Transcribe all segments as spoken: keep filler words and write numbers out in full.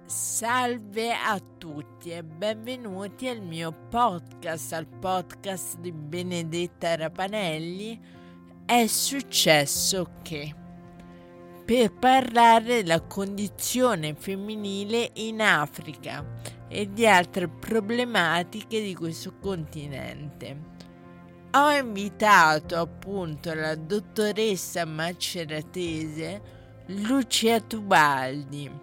Salve a tutti e benvenuti al mio podcast, al podcast di Benedetta Rapanelli. È successo che, per parlare della condizione femminile in Africa e di altre problematiche di questo continente, ho invitato appunto la dottoressa maceratese Lucia Tubaldi,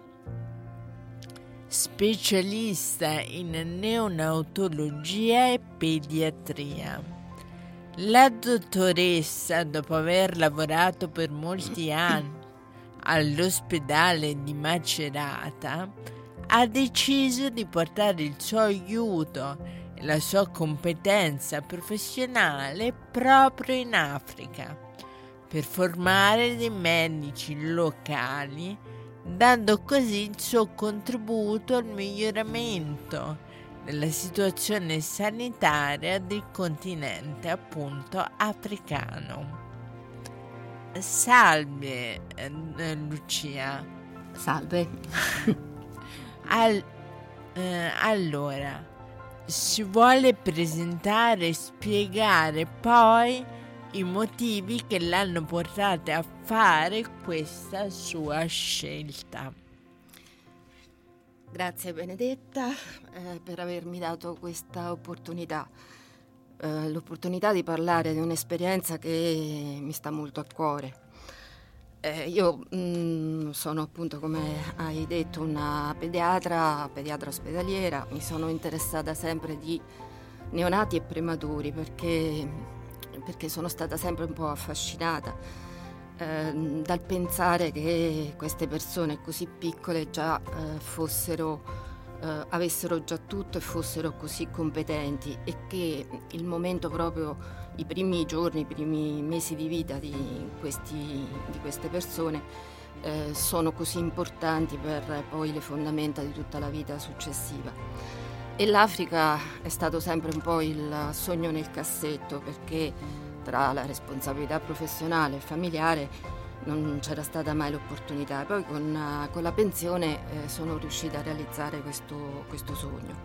specialista in neonatologia e pediatria. La dottoressa, dopo aver lavorato per molti anni all'ospedale di Macerata, ha deciso di portare il suo aiuto e la sua competenza professionale proprio in Africa, per formare dei medici locali, dando così il suo contributo al miglioramento della situazione sanitaria del continente appunto africano. Salve eh, Lucia. Salve. Al, eh, allora, si vuole presentare e spiegare poi i motivi che l'hanno portata a fare questa sua scelta. Grazie Benedetta eh, per avermi dato questa opportunità, eh, l'opportunità di parlare di un'esperienza che mi sta molto a cuore. Eh, io mh, sono appunto, come hai detto, una pediatra, pediatra ospedaliera. Mi sono interessata sempre di neonati e prematuri perché perché sono stata sempre un po' affascinata eh, dal pensare che queste persone così piccole già eh, fossero, eh, avessero già tutto e fossero così competenti, e che il momento proprio, i primi giorni, i primi mesi di vita di, questi, di queste persone eh, sono così importanti per poi le fondamenta di tutta la vita successiva. E l'Africa è stato sempre un po' il sogno nel cassetto, perché tra la responsabilità professionale e familiare non c'era stata mai l'opportunità. Poi con, con la pensione eh, sono riuscita a realizzare questo, questo sogno.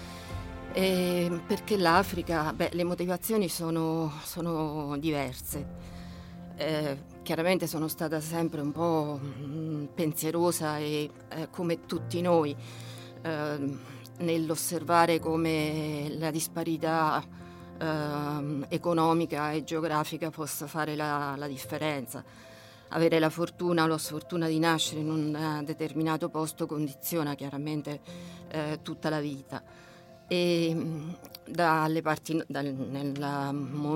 E perché l'Africa? Beh, le motivazioni sono, sono diverse. Eh, chiaramente sono stata sempre un po' mh, pensierosa e eh, come tutti noi eh, nell'osservare come la disparità eh, economica e geografica possa fare la, la differenza. Avere la fortuna o la sfortuna di nascere in un determinato posto condiziona chiaramente eh, tutta la vita. E dalle parti, dal, nel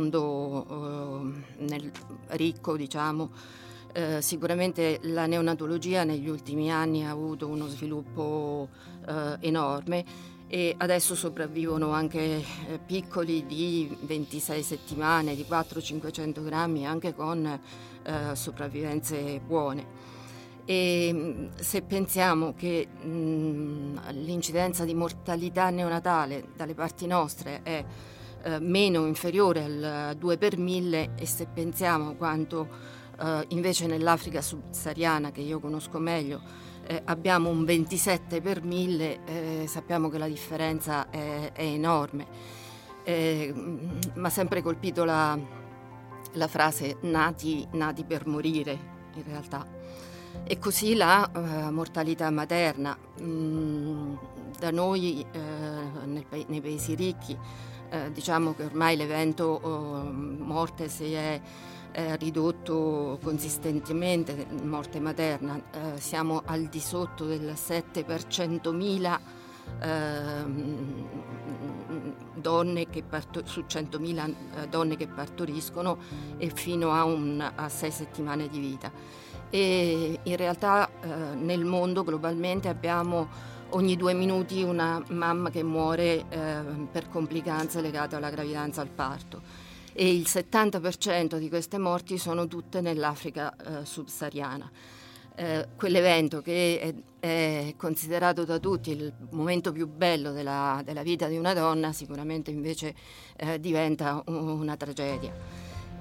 mondo eh, nel ricco, diciamo, Eh, sicuramente la neonatologia negli ultimi anni ha avuto uno sviluppo eh, enorme, e adesso sopravvivono anche eh, piccoli di ventisei settimane, di quattrocento cinquecento grammi, anche con eh, sopravvivenze buone. E se pensiamo che mh, l'incidenza di mortalità neonatale dalle parti nostre è eh, meno inferiore al due per mille, e se pensiamo quanto Uh, invece nell'Africa subsahariana, che io conosco meglio, eh, abbiamo un ventisette per mille, eh, sappiamo che la differenza è, è enorme. Eh, mi ha sempre colpito la, la frase nati, nati per morire, in realtà. E così la uh, mortalità materna. Mm, da noi, eh, nel, nei paesi ricchi, eh, diciamo che ormai l'evento uh, morte si è è ridotto consistentemente, morte materna, eh, siamo al di sotto del sette per centomila eh, donne che parto- su centomila eh, donne che partoriscono, e fino a, un, a sei settimane di vita. E in realtà eh, nel mondo globalmente abbiamo ogni due minuti una mamma che muore eh, per complicanze legate alla gravidanza, al parto. E il settanta per cento di queste morti sono tutte nell'Africa eh, subsahariana. Eh, quell'evento che è, è considerato da tutti il momento più bello della, della vita di una donna, sicuramente invece eh, diventa una tragedia.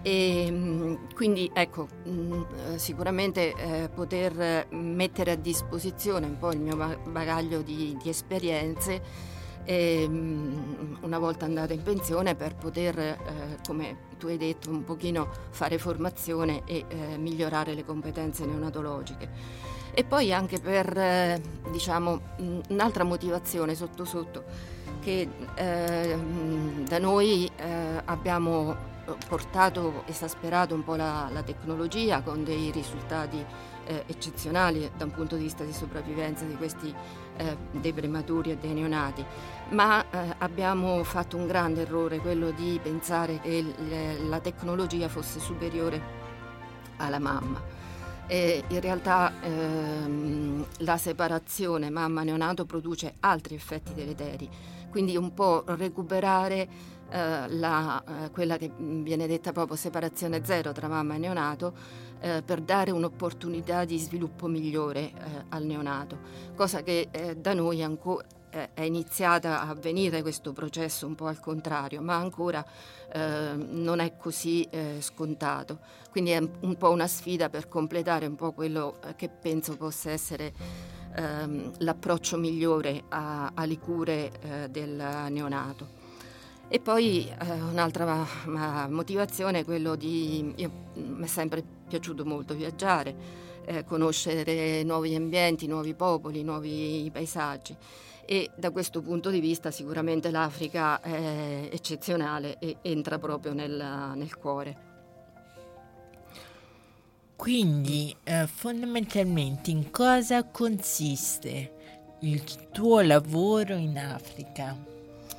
E quindi ecco, sicuramente eh, poter mettere a disposizione un po' il mio bagaglio di, di esperienze e, una volta andata in pensione, per poter, eh, come tu hai detto, un pochino fare formazione e eh, migliorare le competenze neonatologiche. E poi anche per, eh, diciamo, un'altra motivazione sotto sotto, che eh, da noi eh, abbiamo portato, esasperato un po' la, la tecnologia con dei risultati eh, eccezionali da un punto di vista di sopravvivenza di questi eh, dei prematuri e dei neonati, ma eh, abbiamo fatto un grande errore, quello di pensare che l- la tecnologia fosse superiore alla mamma. E in realtà ehm, la separazione mamma-neonato produce altri effetti deleteri, quindi un po' recuperare Uh, la, uh, quella che viene detta proprio separazione zero tra mamma e neonato, uh, per dare un'opportunità di sviluppo migliore uh, al neonato, cosa che uh, da noi ancora uh, è iniziata a avvenire, questo processo un po' al contrario, ma ancora uh, non è così uh, scontato, quindi è un po' una sfida per completare un po' quello uh, che penso possa essere uh, l'approccio migliore a, alle cure uh, del neonato. E poi eh, un'altra ma, motivazione è quello di, io, mi è sempre piaciuto molto viaggiare, eh, conoscere nuovi ambienti, nuovi popoli, nuovi paesaggi, e da questo punto di vista sicuramente l'Africa è eccezionale e entra proprio nel, nel cuore. Quindi eh, fondamentalmente in cosa consiste il tuo lavoro in Africa?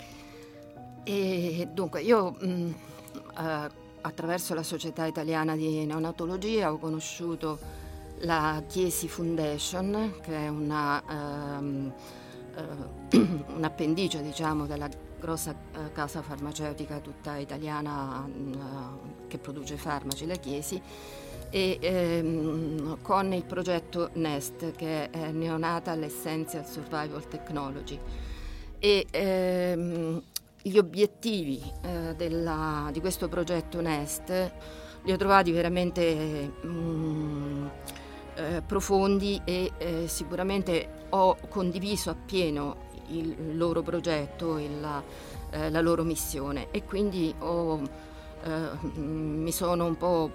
E dunque io mh, eh, attraverso la Società Italiana di Neonatologia ho conosciuto la Chiesi Foundation, che è una, um, uh, un'appendice, diciamo, della grossa uh, casa farmaceutica tutta italiana uh, che produce farmaci, la Chiesi, e um, con il progetto NEST, che è Neonatal Essential Survival Technology. E um, gli obiettivi eh, della, di questo progetto NEST li ho trovati veramente mm, eh, profondi e eh, sicuramente ho condiviso appieno il loro progetto e la, eh, la loro missione, e quindi ho, eh, mi sono un po'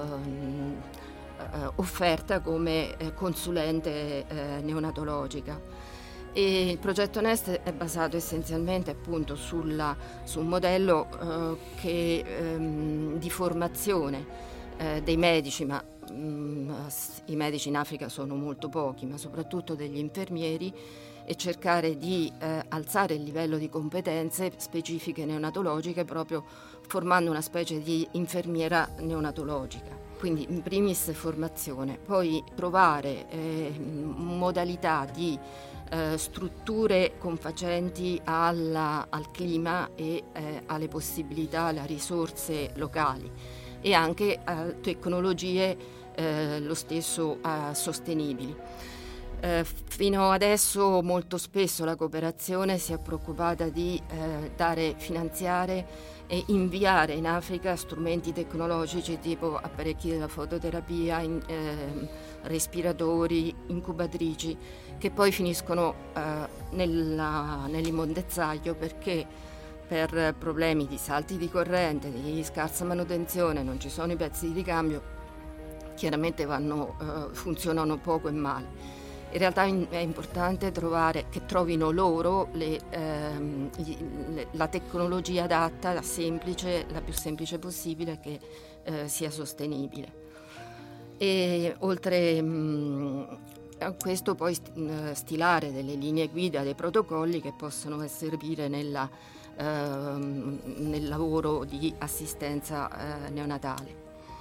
eh, offerta come consulente eh, neonatologica. E il progetto NEST è basato essenzialmente appunto sulla, su un modello eh, che, ehm, di formazione eh, dei medici, ma mh, i medici in Africa sono molto pochi, ma soprattutto degli infermieri, e cercare di eh, alzare il livello di competenze specifiche neonatologiche, proprio formando una specie di infermiera neonatologica. Quindi in primis formazione, poi trovare eh, modalità di eh, strutture confacenti alla, al clima e eh, alle possibilità, alle risorse locali, e anche a tecnologie eh, lo stesso eh, sostenibili. Eh, fino adesso molto spesso la cooperazione si è preoccupata di eh, dare, finanziare e inviare in Africa strumenti tecnologici tipo apparecchi della fototerapia, in, eh, respiratori, incubatrici, che poi finiscono eh, nella, nell'immondezzaio, perché per problemi di salti di corrente, di scarsa manutenzione, non ci sono i pezzi di ricambio, chiaramente vanno, eh, funzionano poco e male. In realtà è importante trovare, che trovino loro le, ehm, le, la tecnologia adatta, la semplice, la più semplice possibile, che eh, sia sostenibile. E oltre mh, a questo poi stilare delle linee guida, dei protocolli che possono servire nella, ehm, nel lavoro di assistenza eh, neonatale.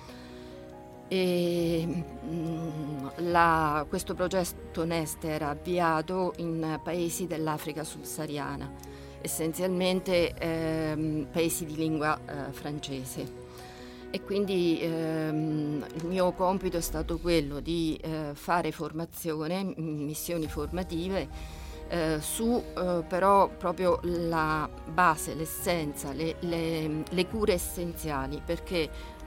E, la, questo progetto NEST era avviato in paesi dell'Africa subsahariana, essenzialmente ehm, paesi di lingua eh, francese, e quindi ehm, il mio compito è stato quello di eh, fare formazione, missioni formative eh, su eh, però proprio la base, l'essenza, le, le, le cure essenziali, perché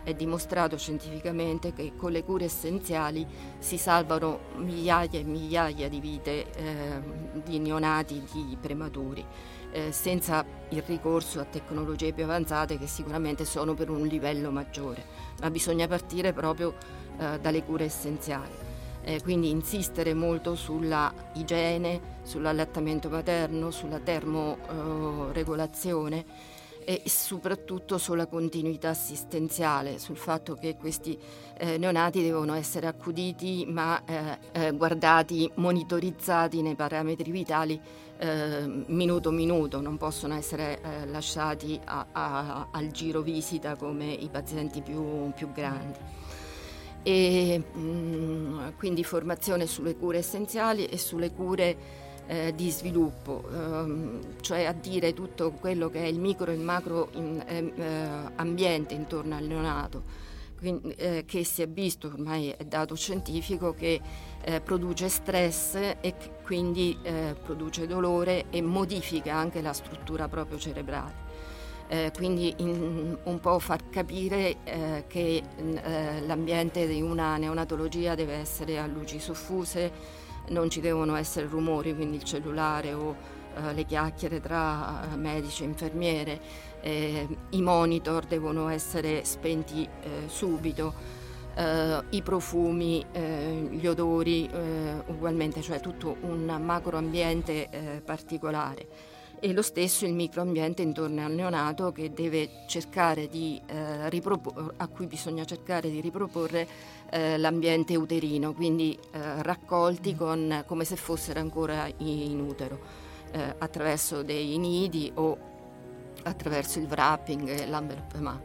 è dimostrato scientificamente che con le cure essenziali si salvano migliaia e migliaia di vite eh, di neonati, di prematuri, eh, senza il ricorso a tecnologie più avanzate che sicuramente sono per un livello maggiore, ma bisogna partire proprio eh, dalle cure essenziali. Eh, quindi insistere molto sulla igiene, sull'allattamento materno, sulla termoregolazione e soprattutto sulla continuità assistenziale, sul fatto che questi eh, neonati devono essere accuditi ma eh, eh, guardati, monitorizzati nei parametri vitali eh, minuto minuto, non possono essere eh, lasciati a, a, al giro visita come i pazienti più, più grandi. E mh, quindi formazione sulle cure essenziali e sulle cure eh, di sviluppo, ehm, cioè a dire tutto quello che è il micro e il macro in, eh, ambiente intorno al neonato, quindi, eh, che si è visto, ormai è dato scientifico, che eh, produce stress e quindi eh, produce dolore e modifica anche la struttura proprio cerebrale. Eh, quindi in, un po' far capire eh, che eh, l'ambiente di una neonatologia deve essere a luci soffuse, non ci devono essere rumori, quindi il cellulare o eh, le chiacchiere tra eh, medici e infermiere, eh, i monitor devono essere spenti eh, subito, eh, i profumi, eh, gli odori eh, ugualmente, cioè tutto un macroambiente eh, particolare. E lo stesso il microambiente intorno al neonato che deve cercare di eh, ripropor- a cui bisogna cercare di riproporre eh, l'ambiente uterino, quindi eh, raccolti con, come se fossero ancora in utero, eh, attraverso dei nidi o attraverso il wrapping e l'envelopement.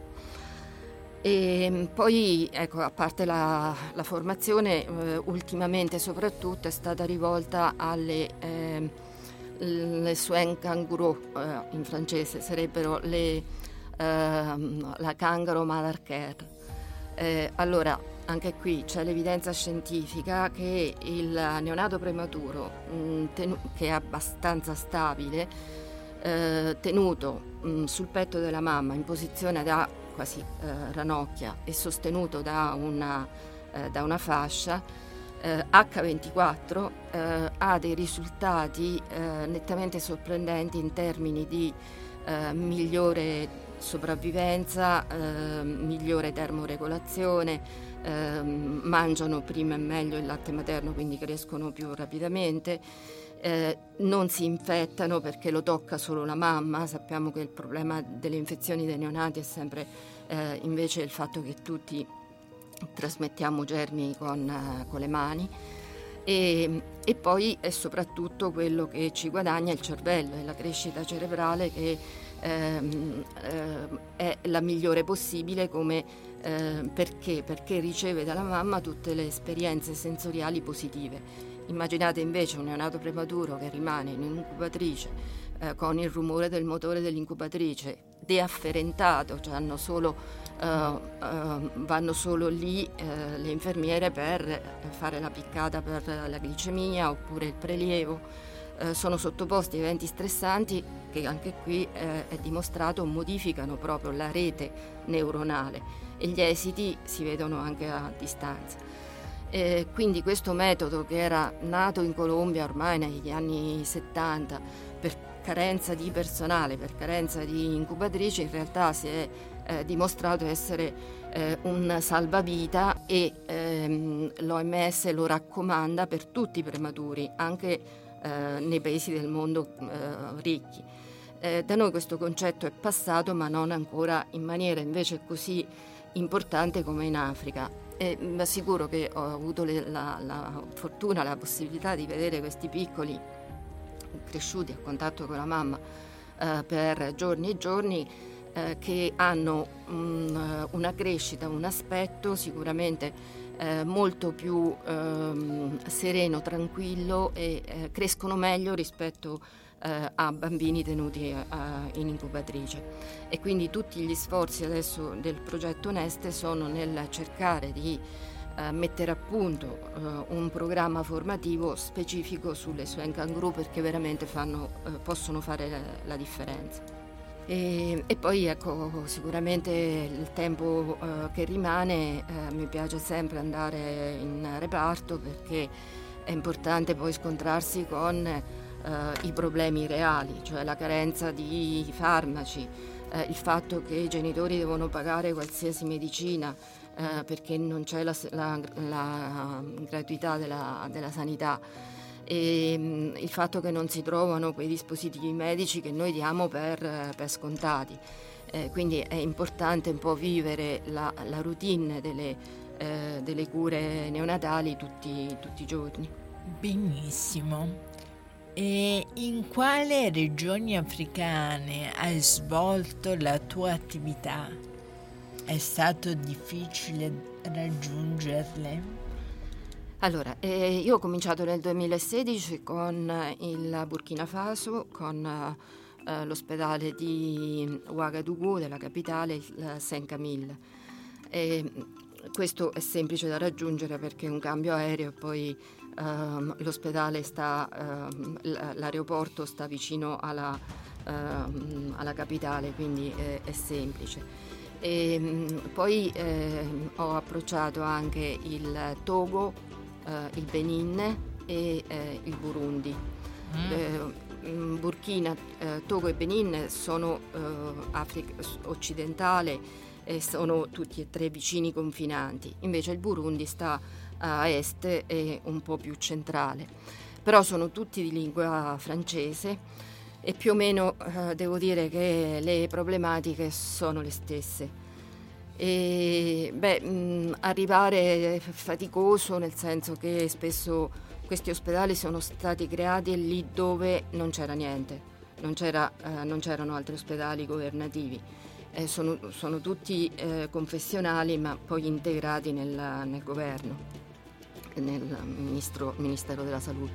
E poi, ecco, a parte la, la formazione, eh, ultimamente soprattutto è stata rivolta alle eh, le soins kangourou, eh, in francese sarebbero le, eh, la kangaroo mother care. Eh, allora, anche qui c'è l'evidenza scientifica che il neonato prematuro, mh, tenu- che è abbastanza stabile, eh, tenuto mh, sul petto della mamma in posizione da quasi eh, ranocchia e sostenuto da una, eh, da una fascia, Eh, acca ventiquattro eh, ha dei risultati eh, nettamente sorprendenti in termini di eh, migliore sopravvivenza, eh, migliore termoregolazione, eh, mangiano prima e meglio il latte materno, quindi crescono più rapidamente, eh, non si infettano perché lo tocca solo la mamma. Sappiamo che il problema delle infezioni dei neonati è sempre eh, invece il fatto che tutti trasmettiamo germi con, uh, con le mani e, e poi è soprattutto quello che ci guadagna il cervello, è la crescita cerebrale che ehm, eh, è la migliore possibile, come, eh, perché? Perché riceve dalla mamma tutte le esperienze sensoriali positive. Immaginate invece un neonato prematuro che rimane in un'incubatrice eh, con il rumore del motore dell'incubatrice deafferentato, cioè hanno solo Uh, uh, vanno solo lì uh, le infermiere per fare la piccata per la glicemia oppure il prelievo, uh, sono sottoposti a eventi stressanti che anche qui uh, è dimostrato modificano proprio la rete neuronale e gli esiti si vedono anche a distanza. E quindi questo metodo, che era nato in Colombia ormai negli anni settanta per carenza di personale, per carenza di incubatrici, in realtà si è eh, dimostrato essere eh, un salvavita e ehm, l'O M S lo raccomanda per tutti i prematuri, anche eh, nei paesi del mondo eh, ricchi. Eh, da noi questo concetto è passato, ma non ancora in maniera invece così importante come in Africa. E vi assicuro che ho avuto le, la, la fortuna, la possibilità di vedere questi piccoli cresciuti a contatto con la mamma eh, per giorni e giorni, eh, che hanno un, una crescita, un aspetto sicuramente eh, molto più eh, sereno, tranquillo e eh, crescono meglio rispetto eh, a bambini tenuti eh, in incubatrice. E quindi tutti gli sforzi adesso del progetto Neste sono nel cercare di Uh, mettere a punto uh, un programma formativo specifico sulle soins kangourou, perché veramente fanno, uh, possono fare la, la differenza. E, e poi ecco, sicuramente il tempo eh, che rimane eh, mi piace sempre andare in reparto, perché è importante poi scontrarsi con eh, i problemi reali, cioè la carenza di farmaci, eh, il fatto che i genitori devono pagare qualsiasi medicina eh, perché non c'è la, la, la gratuità della, della sanità, e mh, il fatto che non si trovano quei dispositivi medici che noi diamo per, per scontati. Eh, quindi è importante un po' vivere la, la routine delle, eh, delle cure neonatali tutti, tutti i giorni. Benissimo. E in quale regioni africane hai svolto la tua attività? È stato difficile raggiungerle? Allora, eh, io ho cominciato nel duemilasedici con il Burkina Faso, con eh, l'ospedale di Ouagadougou, della capitale, il Saint Camille. E questo è semplice da raggiungere perché è un cambio aereo e poi ehm, l'ospedale sta, ehm, l'aeroporto sta vicino alla, ehm, alla capitale, quindi è, è semplice. E, poi eh, ho approcciato anche il Togo, eh, il Benin e eh, il Burundi. Mm. Eh, Burkina, eh, Togo e Benin sono eh, Africa occidentale e sono tutti e tre vicini confinanti, invece il Burundi sta a est e un po' più centrale, però sono tutti di lingua francese e più o meno eh, devo dire che le problematiche sono le stesse. E, beh, mh, arrivare è faticoso, nel senso che spesso questi ospedali sono stati creati lì dove non c'era niente, non, c'era, eh, non c'erano altri ospedali governativi. Eh, sono, sono tutti eh, confessionali, ma poi integrati nel, nel governo, nel ministro, Ministero della Salute.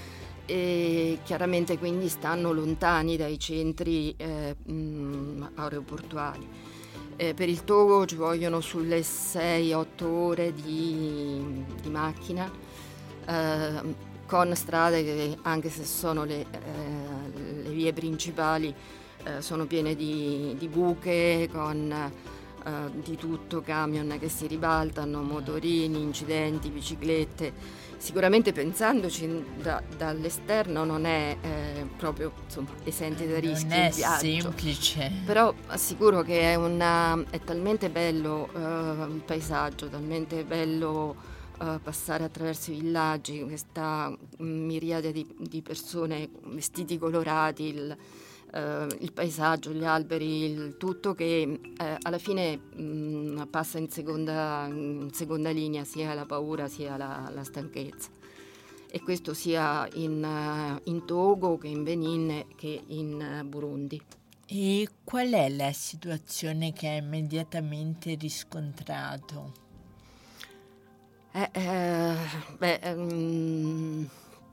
E chiaramente quindi stanno lontani dai centri eh, mh, aeroportuali. Eh, per il Togo ci vogliono sulle sei otto ore di, di macchina, eh, con strade che, anche se sono le, eh, le vie principali, eh, sono piene di, di buche, con eh, di tutto, camion che si ribaltano, motorini, incidenti, biciclette. Sicuramente pensandoci da, dall'esterno non è eh, proprio insomma, esente da rischi non è il viaggio. semplice. Però assicuro che è, una, è talmente bello uh, il paesaggio, talmente bello uh, passare attraverso i villaggi, questa miriade di, di persone, vestiti colorati, il, uh, il paesaggio, gli alberi, il tutto che uh, alla fine mh, passa in seconda, in seconda linea, sia la paura sia la, la stanchezza. E questo sia in, uh, in Togo che in Benin che in uh, Burundi. E qual è la situazione che hai immediatamente riscontrato? Eh, eh, beh, um,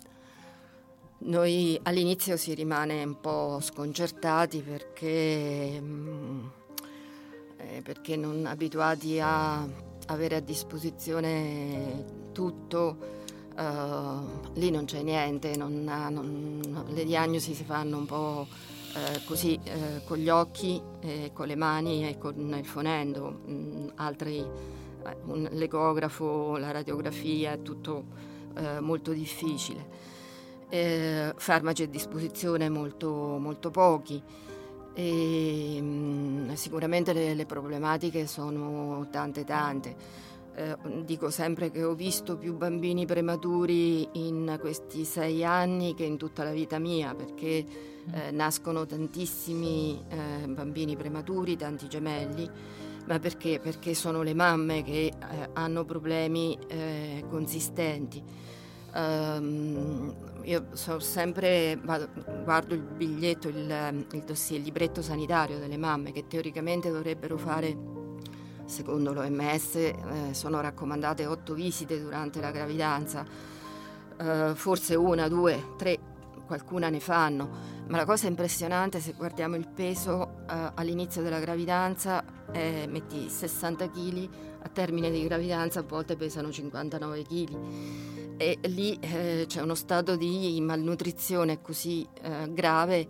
noi all'inizio si rimane un po' sconcertati perché, um, eh, perché non abituati a avere a disposizione tutto. Uh, lì non c'è niente, non, non, le diagnosi si fanno un po' eh, così eh, con gli occhi, eh, con le mani e con il fonendo, mh, altri, eh, un, l'ecografo, la radiografia, è tutto eh, molto difficile. Eh, farmaci a disposizione molto, molto pochi e mh, sicuramente le, le problematiche sono tante tante. Eh, dico sempre che ho visto più bambini prematuri in questi sei anni che in tutta la vita mia, perché eh, nascono tantissimi eh, bambini prematuri, tanti gemelli, ma perché? Perché sono le mamme che eh, hanno problemi eh, consistenti. Um, io so sempre, vado, guardo il biglietto, il, il dossier, il libretto sanitario delle mamme che teoricamente dovrebbero fare. Secondo l'O M S eh, sono raccomandate otto visite durante la gravidanza, eh, forse una, due, tre, qualcuna ne fanno, ma la cosa impressionante, se guardiamo il peso eh, all'inizio della gravidanza, eh, metti sessanta chili, a termine di gravidanza a volte pesano cinquantanove chili e lì eh, c'è uno stato di malnutrizione così eh, grave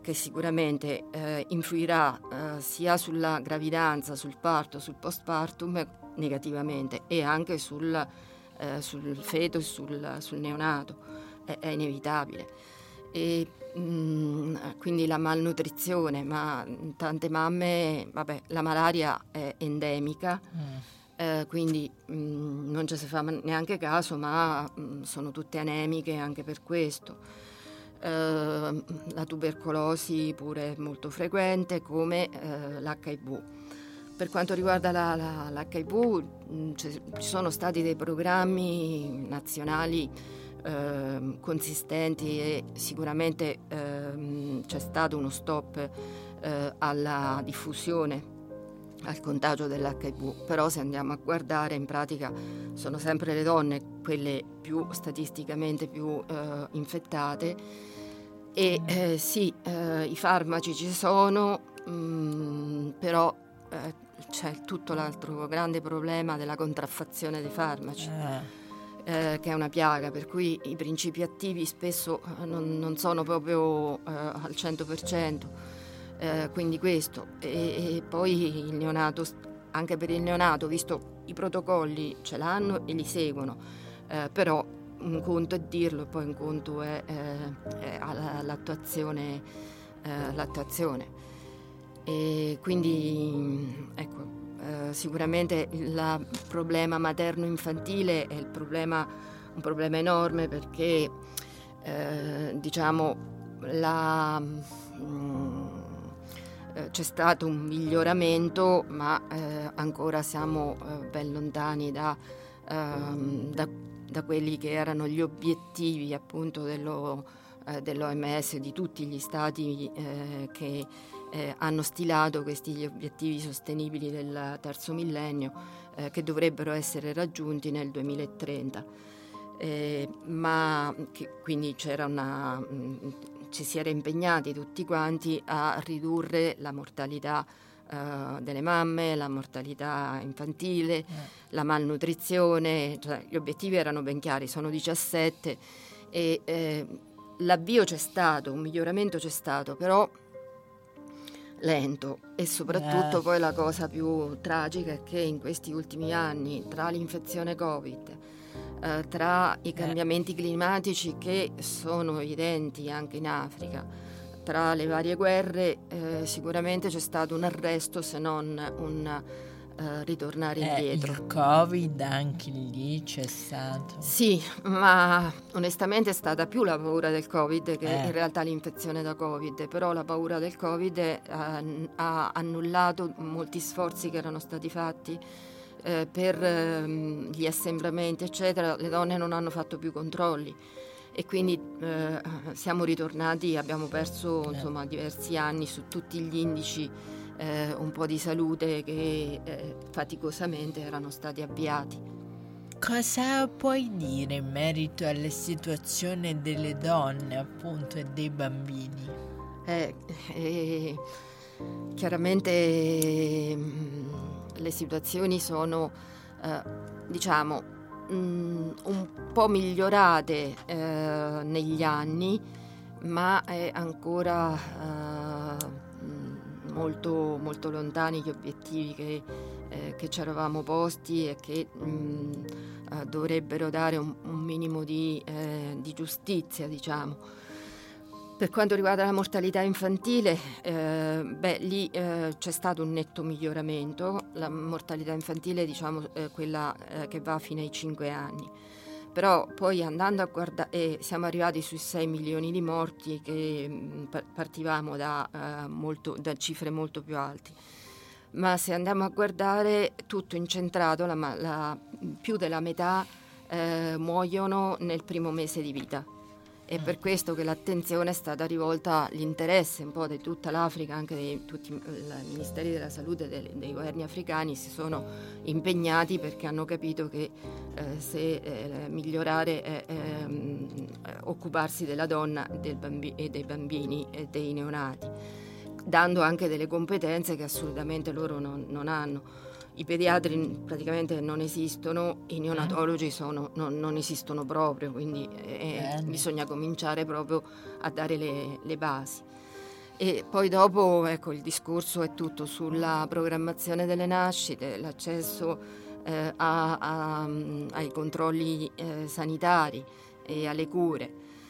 che sicuramente eh, influirà eh, sia sulla gravidanza, sul parto, sul postpartum negativamente, e anche sul, eh, sul feto e sul, sul neonato, è, è inevitabile. E mh, quindi la malnutrizione, ma tante mamme, vabbè, la malaria è endemica, mm. eh, quindi mh, non ci si fa neanche caso, ma mh, sono tutte anemiche anche per questo. Eh, la tubercolosi pure è molto frequente, come eh, l'H I V. Per quanto riguarda la, la, l'H I V, mh, ci sono stati dei programmi nazionali eh, consistenti, e sicuramente eh, c'è stato uno stop eh, alla diffusione, al contagio dell'H I V, però se andiamo a guardare, in pratica sono sempre le donne quelle più statisticamente più eh, infettate, e eh, sì, eh, i farmaci ci sono, mh, però eh, c'è tutto l'altro grande problema della contraffazione dei farmaci, eh, che è una piaga, per cui i principi attivi spesso non, non sono proprio eh, al cento per cento. Eh, quindi questo, e, e poi il neonato, anche per il neonato, visto i protocolli ce l'hanno e li seguono, eh, però un conto è dirlo e poi un conto è, eh, è l'attuazione, eh, l'attuazione. E quindi ecco, eh, sicuramente il problema materno-infantile è il problema, un problema enorme, perché eh, diciamo la mh, c'è stato un miglioramento, ma eh, ancora siamo eh, ben lontani da, ehm, da, da quelli che erano gli obiettivi appunto dello, eh, dell'O M S, di tutti gli stati eh, che eh, hanno stilato questi obiettivi sostenibili del terzo millennio, eh, che dovrebbero essere raggiunti nel duemilatrenta. Eh, ma che, quindi c'era una... Mh, ci si era impegnati tutti quanti a ridurre la mortalità uh, delle mamme, la mortalità infantile, eh. la malnutrizione, cioè, gli obiettivi erano ben chiari, sono diciassette, e eh, l'avvio c'è stato, un miglioramento c'è stato, però lento, e soprattutto eh. poi la cosa più tragica è che in questi ultimi anni, tra l'infezione Covid, Uh, tra i cambiamenti climatici che sono evidenti anche in Africa, tra le varie guerre, eh, sicuramente c'è stato un arresto, se non un uh, ritornare eh, indietro. Il Covid anche lì c'è stato. Sì, ma onestamente è stata più la paura del Covid che eh. in realtà l'infezione da Covid, però la paura del Covid ha, ha annullato molti sforzi che erano stati fatti Eh, per ehm, gli assembramenti eccetera. Le donne non hanno fatto più controlli, e quindi eh, siamo ritornati, abbiamo perso insomma diversi anni su tutti gli indici eh, un po' di salute che eh, faticosamente erano stati avviati. Cosa puoi dire in merito alla situazione delle donne, appunto, e dei bambini? Eh, eh, chiaramente le situazioni sono, eh, diciamo, mh, un po' migliorate eh, negli anni, ma è ancora eh, molto, molto lontani gli obiettivi che, eh, che ci eravamo posti, e che mh, eh, dovrebbero dare un, un minimo di, eh, di giustizia, diciamo. Per quanto riguarda la mortalità infantile, eh, beh, lì eh, c'è stato un netto miglioramento. La mortalità infantile, diciamo, è quella eh, che va fino ai cinque anni. Però poi andando a guardare, eh, siamo arrivati sui sei milioni di morti, che mh, partivamo da, eh, molto, da cifre molto più alte. Ma se andiamo a guardare, tutto incentrato, la, la, più della metà eh, muoiono nel primo mese di vita. È per questo che l'attenzione è stata rivolta, l'interesse un po' di tutta l'Africa, anche di tutti i ministeri della salute dei, dei governi africani si sono impegnati, perché hanno capito che eh, se eh, migliorare è eh, occuparsi della donna del bambi- e dei bambini e dei neonati, dando anche delle competenze che assolutamente loro non, non hanno. I pediatri praticamente non esistono, i neonatologi sono, non, non esistono proprio, quindi eh, bisogna cominciare proprio a dare le, le basi. E poi dopo, ecco, il discorso è tutto sulla programmazione delle nascite, l'accesso eh, a, a, ai controlli eh, sanitari e alle cure,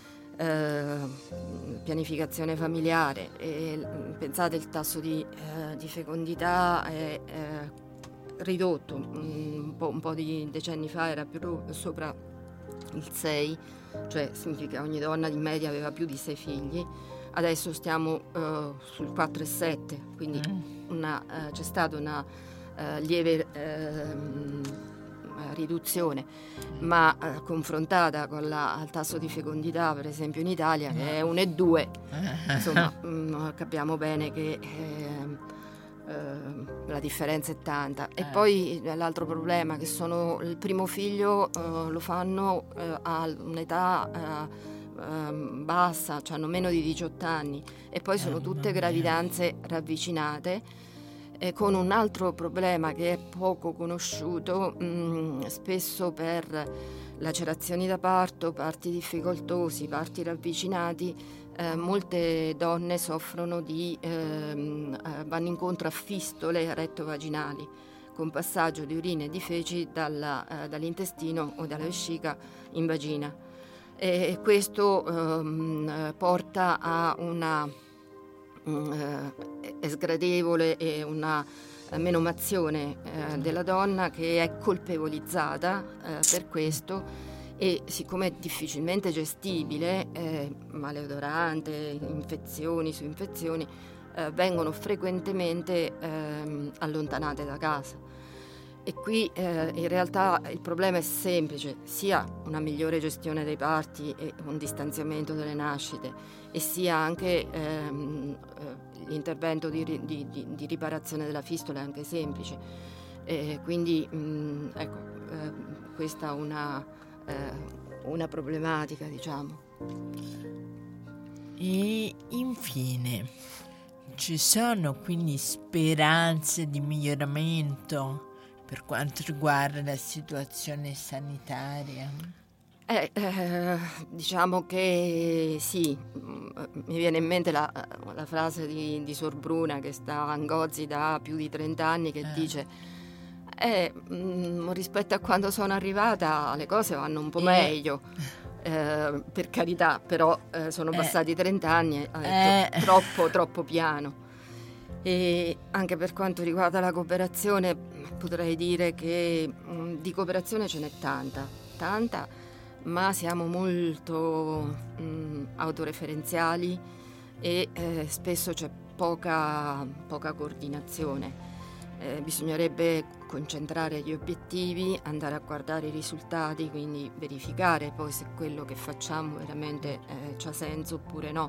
eh, pianificazione familiare. E, pensate, il tasso di, eh, di fecondità è eh, ridotto, un po', un po' di decenni fa era più sopra il sei, cioè significa ogni donna in media aveva più di sei figli. Adesso stiamo uh, sul quattro virgola sette, quindi una, uh, c'è stata una uh, lieve uh, riduzione, ma uh, confrontata con la, il tasso di fecondità, per esempio in Italia, che è uno virgola due, insomma mh, capiamo bene che eh, eh, la differenza è tanta. E poi l'altro problema, che sono il primo figlio uh, lo fanno uh, a un'età uh, Um, bassa, cioè hanno meno di diciotto anni, e poi sono tutte gravidanze ravvicinate, eh, con un altro problema che è poco conosciuto, mh, spesso per lacerazioni da parto, parti difficoltosi, parti ravvicinati, eh, molte donne soffrono di ehm, eh, vanno incontro a fistole rettovaginali con passaggio di urine e di feci dalla, eh, dall'intestino o dalla vescica in vagina. E questo um, porta a una um, eh, sgradevole e una menomazione eh, della donna, che è colpevolizzata eh, per questo, e siccome è difficilmente gestibile, eh, maleodorante, infezioni su infezioni, eh, vengono frequentemente eh, allontanate da casa. E qui eh, in realtà il problema è semplice: sia una migliore gestione dei parti e un distanziamento delle nascite, e sia anche ehm, l'intervento di, di, di, di riparazione della fistola è anche semplice. E quindi mh, ecco, eh, questa è una, eh, una problematica, diciamo. E infine, ci sono quindi speranze di miglioramento per quanto riguarda la situazione sanitaria? Eh, eh, diciamo che sì, mi viene in mente la, la frase di, di Sor Bruna, che sta a Ngozi da più di trenta anni, che eh. dice eh, mh, rispetto a quando sono arrivata le cose vanno un po' eh. meglio, eh, per carità, però eh, sono eh. passati trenta anni e ha detto eh. troppo, troppo piano. E anche per quanto riguarda la cooperazione, potrei dire che mh, di cooperazione ce n'è tanta, tanta, ma siamo molto mh, autoreferenziali e eh, spesso c'è poca, poca coordinazione. Eh, bisognerebbe concentrare gli obiettivi, andare a guardare i risultati, quindi verificare poi se quello che facciamo veramente eh, c'ha senso oppure no.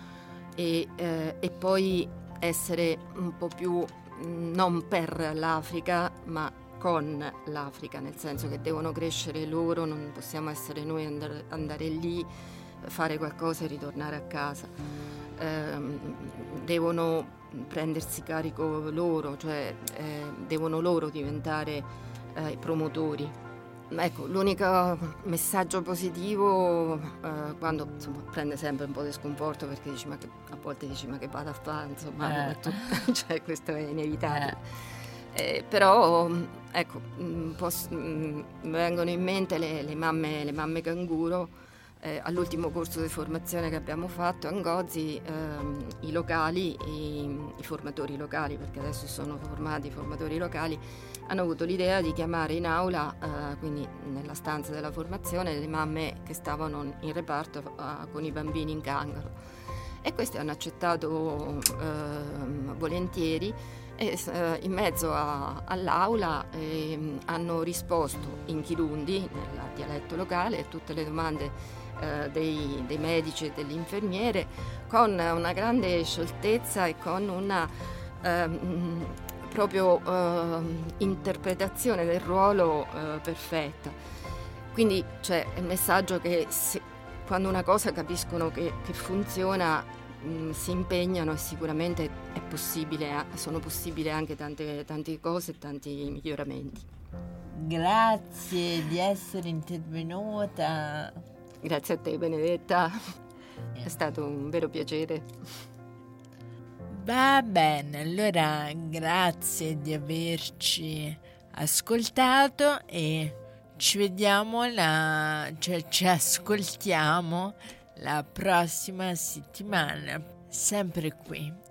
E, eh, e poi essere un po' più non per l'Africa, ma con l'Africa, nel senso che devono crescere loro, non possiamo essere noi andare, andare lì, fare qualcosa e ritornare a casa. Eh, devono prendersi carico loro, cioè eh, devono loro diventare eh, i promotori. Ecco, l'unico messaggio positivo, eh, quando insomma prende sempre un po' di sconforto, perché dici, ma che, a volte dici ma che vado a fare, insomma, eh. tu, cioè questo è inevitabile. Eh. Eh, però ecco, mh, poss- mh, vengono in mente le, le mamme, le mamme canguro. Eh, all'ultimo corso di formazione che abbiamo fatto a Ngozi, ehm, i locali, i, i formatori locali, perché adesso sono formati i formatori locali, hanno avuto l'idea di chiamare in aula, eh, quindi nella stanza della formazione, le mamme che stavano in reparto eh, con i bambini in cancro, e questi hanno accettato eh, volentieri, e eh, in mezzo a, all'aula eh, hanno risposto in Kirundi, nel dialetto locale, a tutte le domande eh, dei, dei medici e delle infermiere, con una grande scioltezza e con una ehm, proprio eh, interpretazione del ruolo eh, perfetta. Quindi c'è il messaggio che se, quando una cosa capiscono che, che funziona, mh, si impegnano, e sicuramente è possibile, sono possibili anche tante, tante cose e tanti miglioramenti. Grazie di essere intervenuta. Grazie a te, Benedetta, è stato un vero piacere. Va bene, allora grazie di averci ascoltato e ci vediamo, la, cioè ci ascoltiamo la prossima settimana, sempre qui